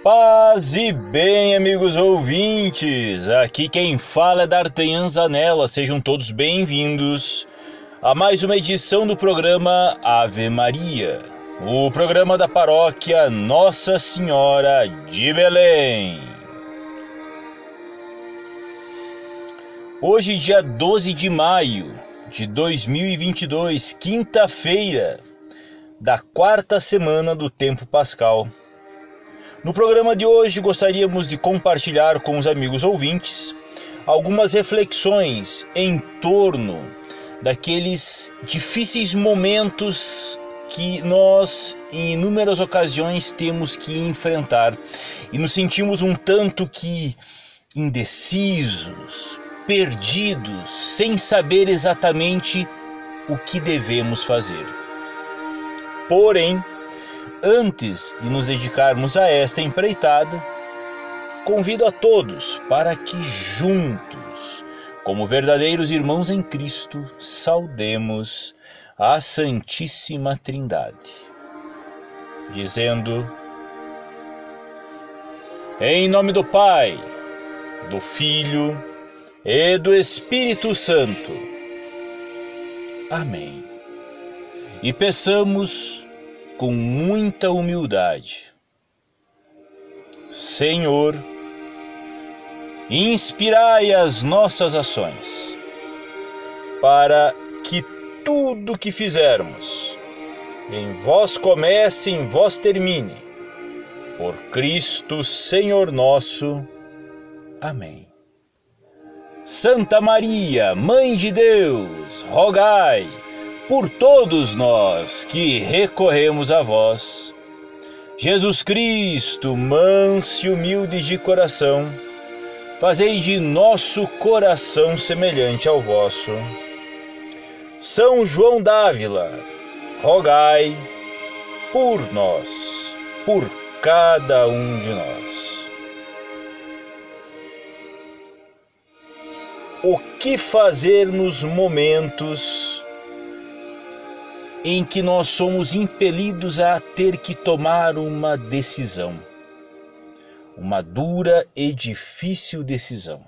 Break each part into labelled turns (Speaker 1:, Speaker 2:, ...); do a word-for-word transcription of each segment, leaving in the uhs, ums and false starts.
Speaker 1: Paz e bem, amigos ouvintes, aqui quem fala é D'Artagnan Zanella, sejam todos bem-vindos a mais uma edição do programa Ave Maria, o programa da paróquia Nossa Senhora de Belém. Hoje, dia doze de maio de dois mil e vinte e dois, quinta-feira da quarta semana do tempo pascal. No programa de hoje gostaríamos de compartilhar com os amigos ouvintes algumas reflexões em torno daqueles difíceis momentos que nós em inúmeras ocasiões temos que enfrentar e nos sentimos um tanto que indecisos, perdidos, sem saber exatamente o que devemos fazer. Porém, antes de nos dedicarmos a esta empreitada, convido a todos para que juntos, como verdadeiros irmãos em Cristo, saudemos a Santíssima Trindade, dizendo: em nome do Pai, do Filho e do Espírito Santo. Amém. E peçamos com muita humildade: Senhor, inspirai as nossas ações, para que tudo que fizermos em vós comece, em vós termine, por Cristo Senhor nosso. Amém. Santa Maria, Mãe de Deus, rogai por todos nós que recorremos a vós. Jesus Cristo, manso e humilde de coração, fazei de nosso coração semelhante ao vosso. São João d'Ávila, rogai por nós, por cada um de nós. O que fazer nos momentos em que nós somos impelidos a ter que tomar uma decisão, uma dura e difícil decisão?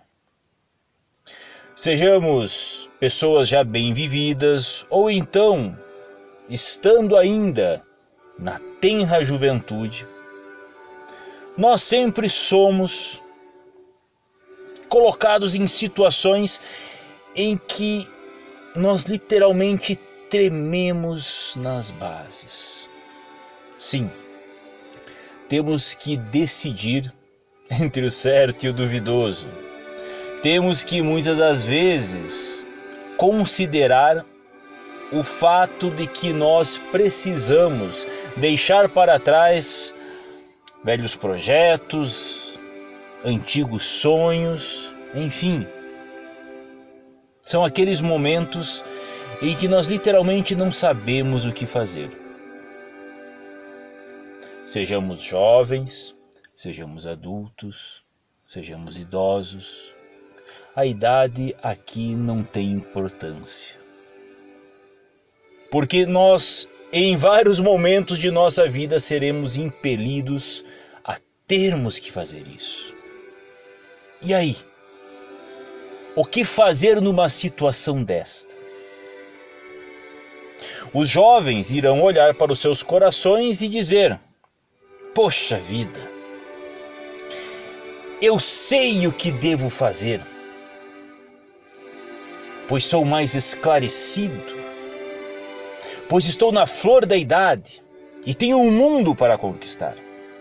Speaker 1: Sejamos pessoas já bem vividas ou então, estando ainda na tenra juventude, nós sempre somos colocados em situações em que nós literalmente trememos nas bases. Sim, temos que decidir entre o certo e o duvidoso. Temos que muitas das vezes considerar o fato de que nós precisamos deixar para trás velhos projetos, antigos sonhos, enfim. São aqueles momentos em que nós literalmente não sabemos o que fazer. Sejamos jovens, sejamos adultos, sejamos idosos, a idade aqui não tem importância. Porque nós, em vários momentos de nossa vida, seremos impelidos a termos que fazer isso. E aí? O que fazer numa situação desta? Os jovens irão olhar para os seus corações e dizer: poxa vida, eu sei o que devo fazer, pois sou mais esclarecido, pois estou na flor da idade e tenho um mundo para conquistar.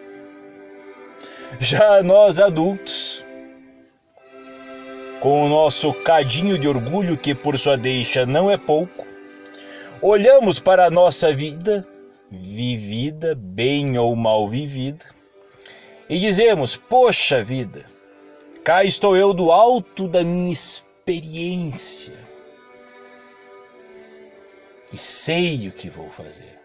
Speaker 1: Já nós adultos, com o nosso cadinho de orgulho, que por sua deixa não é pouco, olhamos para a nossa vida, vivida, bem ou mal vivida, e dizemos: poxa vida, cá estou eu do alto da minha experiência e sei o que vou fazer.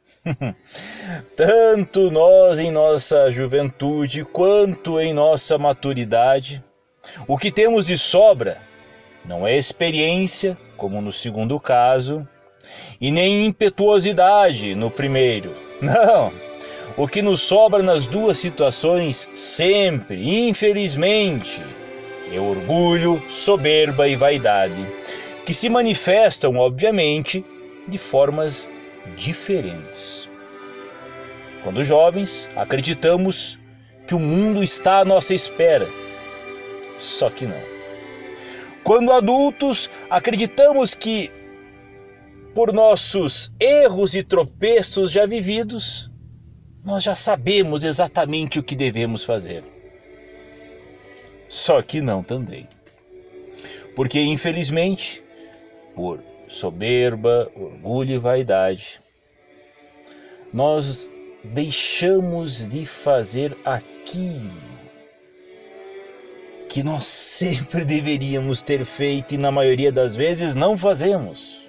Speaker 1: Tanto nós em nossa juventude quanto em nossa maturidade, o que temos de sobra não é experiência, como no segundo caso, e nem impetuosidade no primeiro. Não, O que nos sobra nas duas situações sempre, infelizmente, é orgulho, soberba e vaidade, que se manifestam, obviamente, de formas diferentes. Quando jovens, acreditamos que o mundo está à nossa espera, só que não. Quando adultos, acreditamos que, por nossos erros e tropeços já vividos, nós já sabemos exatamente o que devemos fazer. Só que não também. Porque, infelizmente, por soberba, orgulho e vaidade, nós deixamos de fazer aquilo que nós sempre deveríamos ter feito e na maioria das vezes não fazemos,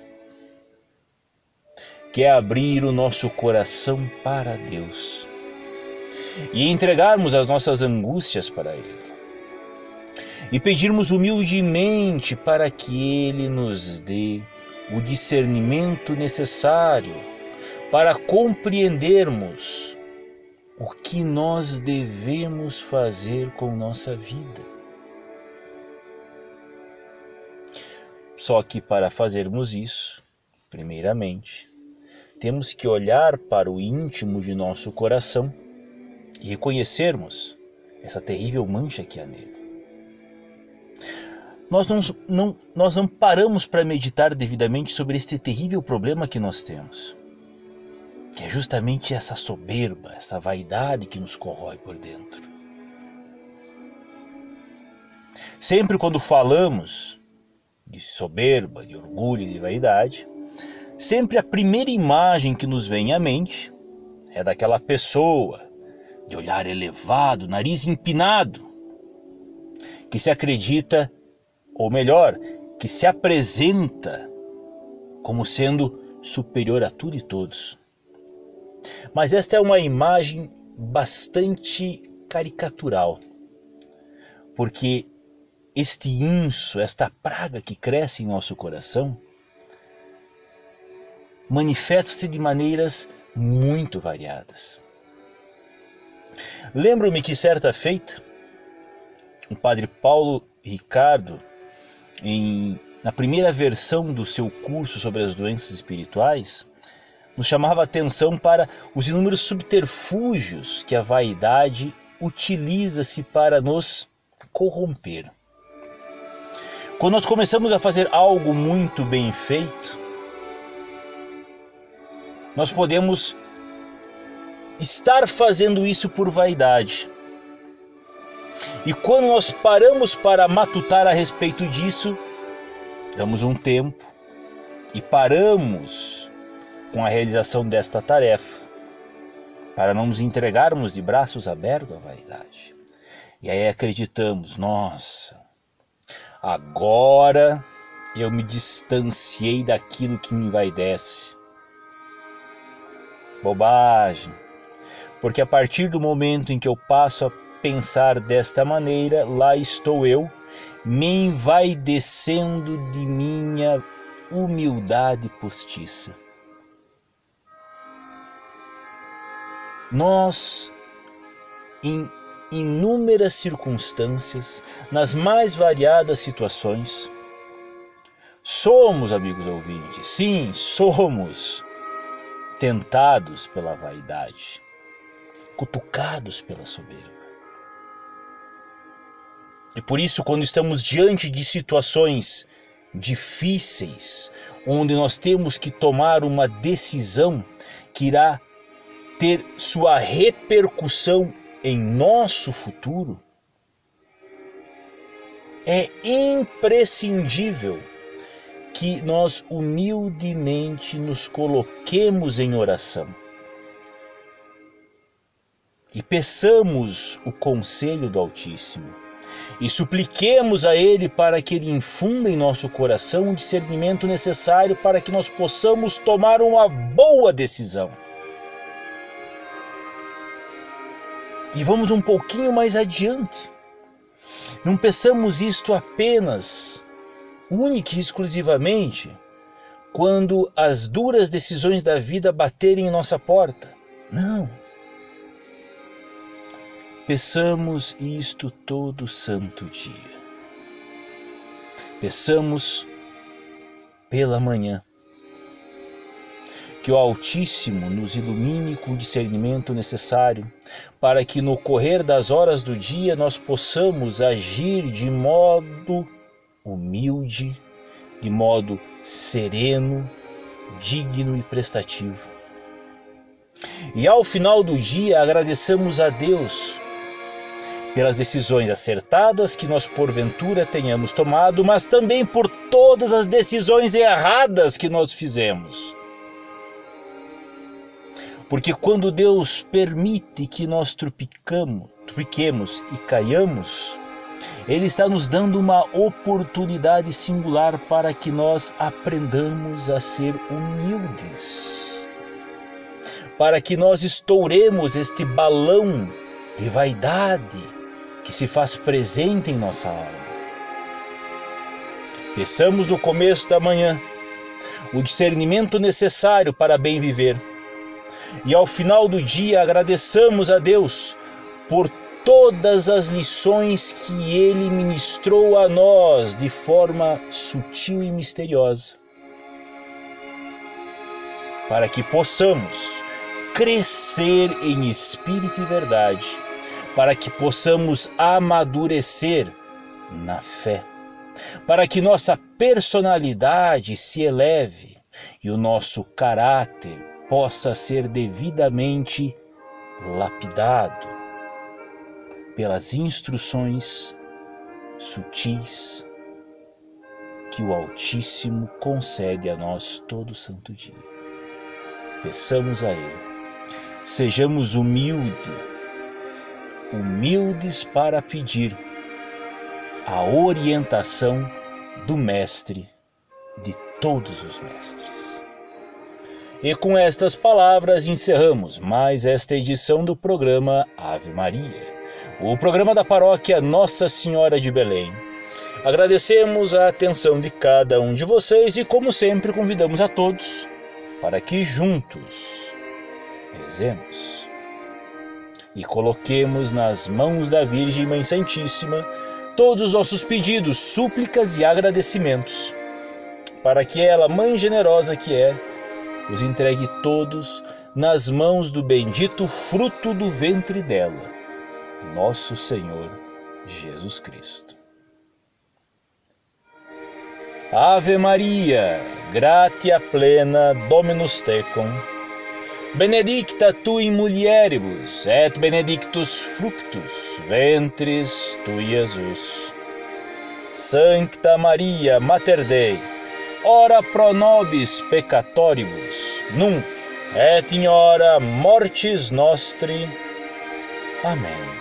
Speaker 1: que é abrir o nosso coração para Deus e entregarmos as nossas angústias para Ele e pedirmos humildemente para que Ele nos dê o discernimento necessário para compreendermos o que nós devemos fazer com nossa vida. Só que para fazermos isso, primeiramente, temos que olhar para o íntimo de nosso coração e reconhecermos essa terrível mancha que há nele. Nós não, não, nós não paramos para meditar devidamente sobre este terrível problema que nós temos, que é justamente essa soberba, essa vaidade que nos corrói por dentro. Sempre quando falamos de soberba, de orgulho e de vaidade, sempre a primeira imagem que nos vem à mente é daquela pessoa de olhar elevado, nariz empinado, que se acredita, ou melhor, que se apresenta como sendo superior a tudo e todos. Mas esta é uma imagem bastante caricatural, porque este inso, esta praga que cresce em nosso coração, manifesta-se de maneiras muito variadas. Lembro-me que certa feita, o padre Paulo Ricardo, em, na primeira versão do seu curso sobre as doenças espirituais, nos chamava a atenção para os inúmeros subterfúgios que a vaidade utiliza-se para nos corromper. Quando nós começamos a fazer algo muito bem feito, nós podemos estar fazendo isso por vaidade. E quando nós paramos para matutar a respeito disso, damos um tempo e paramos com a realização desta tarefa, para não nos entregarmos de braços abertos à vaidade. E aí acreditamos, nossa, agora eu me distanciei daquilo que me envaidece. Bobagem, porque a partir do momento em que eu passo a pensar desta maneira, lá estou eu, me envaidecendo de minha humildade postiça. Nós, em inúmeras circunstâncias, nas mais variadas situações, somos, amigos ouvintes, sim, somos tentados pela vaidade, cutucados pela soberba. E por isso, quando estamos diante de situações difíceis, onde nós temos que tomar uma decisão que irá ter sua repercussão em nosso futuro, é imprescindível que nós humildemente nos coloquemos em oração e peçamos o conselho do Altíssimo e supliquemos a Ele para que Ele infunda em nosso coração o discernimento necessário para que nós possamos tomar uma boa decisão. E vamos um pouquinho mais adiante. Não peçamos isto apenas, única e exclusivamente, quando as duras decisões da vida baterem em nossa porta. Não. peçamos isto todo santo dia. Peçamos pela manhã, que o Altíssimo nos ilumine com o discernimento necessário para que no correr das horas do dia nós possamos agir de modo humilde, de modo sereno, digno e prestativo. E ao final do dia agradeçamos a Deus pelas decisões acertadas que nós porventura tenhamos tomado, mas também por todas as decisões erradas que nós fizemos. Porque quando Deus permite que nós trupicamos, trupiquemos e caiamos, Ele está nos dando uma oportunidade singular para que nós aprendamos a ser humildes, para que nós estouremos este balão de vaidade que se faz presente em nossa alma. Peçamos no começo da manhã o discernimento necessário para bem viver. E ao final do dia agradeçamos a Deus por todas as lições que Ele ministrou a nós de forma sutil e misteriosa, para que possamos crescer em espírito e verdade, para que possamos amadurecer na fé, para que nossa personalidade se eleve e o nosso caráter possa ser devidamente lapidado pelas instruções sutis que o Altíssimo concede a nós todo santo dia. Peçamos a Ele, sejamos humildes, humildes para pedir a orientação do Mestre de todos os mestres. E com estas palavras encerramos mais esta edição do programa Ave Maria, o programa da paróquia Nossa Senhora de Belém. Agradecemos a atenção de cada um de vocês e, como sempre, convidamos a todos para que juntos rezemos e coloquemos nas mãos da Virgem Mãe Santíssima todos os nossos pedidos, súplicas e agradecimentos, para que ela, Mãe generosa que é, os entregue todos nas mãos do bendito fruto do ventre dela, nosso Senhor Jesus Cristo. Ave Maria, gratia plena, Dominus tecum, benedicta tu in mulieribus, et benedictus fructus ventris tui, Jesus. Sancta Maria, Mater Dei, ora pro nobis peccatoribus, nunc et in hora mortis nostri. Amém.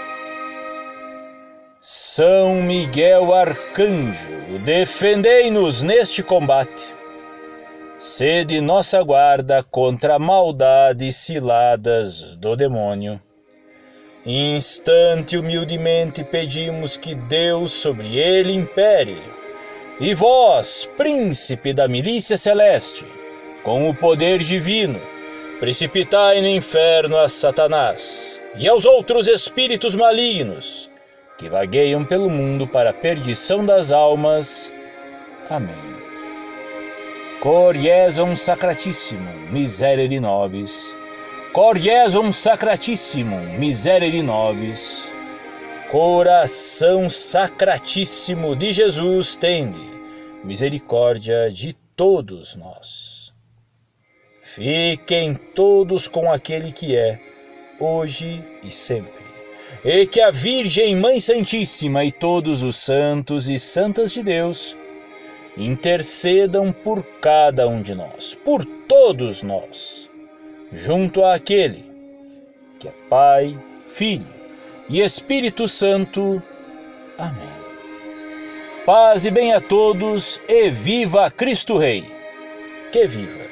Speaker 1: São Miguel Arcanjo, defendei-nos neste combate. Sede nossa guarda contra a maldade e ciladas do demônio. Instante humildemente pedimos que Deus sobre ele impere. E vós, príncipe da milícia celeste, com o poder divino, precipitai no inferno a Satanás e aos outros espíritos malignos que vagueiam pelo mundo para a perdição das almas. Amém. Cor Iesum Sacratissimum, miserere nobis. Cor Iesum Sacratissimum, miserere nobis. Coração Sacratíssimo de Jesus, tende misericórdia de todos nós. Fiquem todos com aquele que é, hoje e sempre. E que a Virgem Mãe Santíssima e todos os santos e santas de Deus intercedam por cada um de nós, por todos nós, junto àquele que é Pai, Filho e Espírito Santo. Amém. Paz e bem a todos e viva Cristo Rei. Que viva!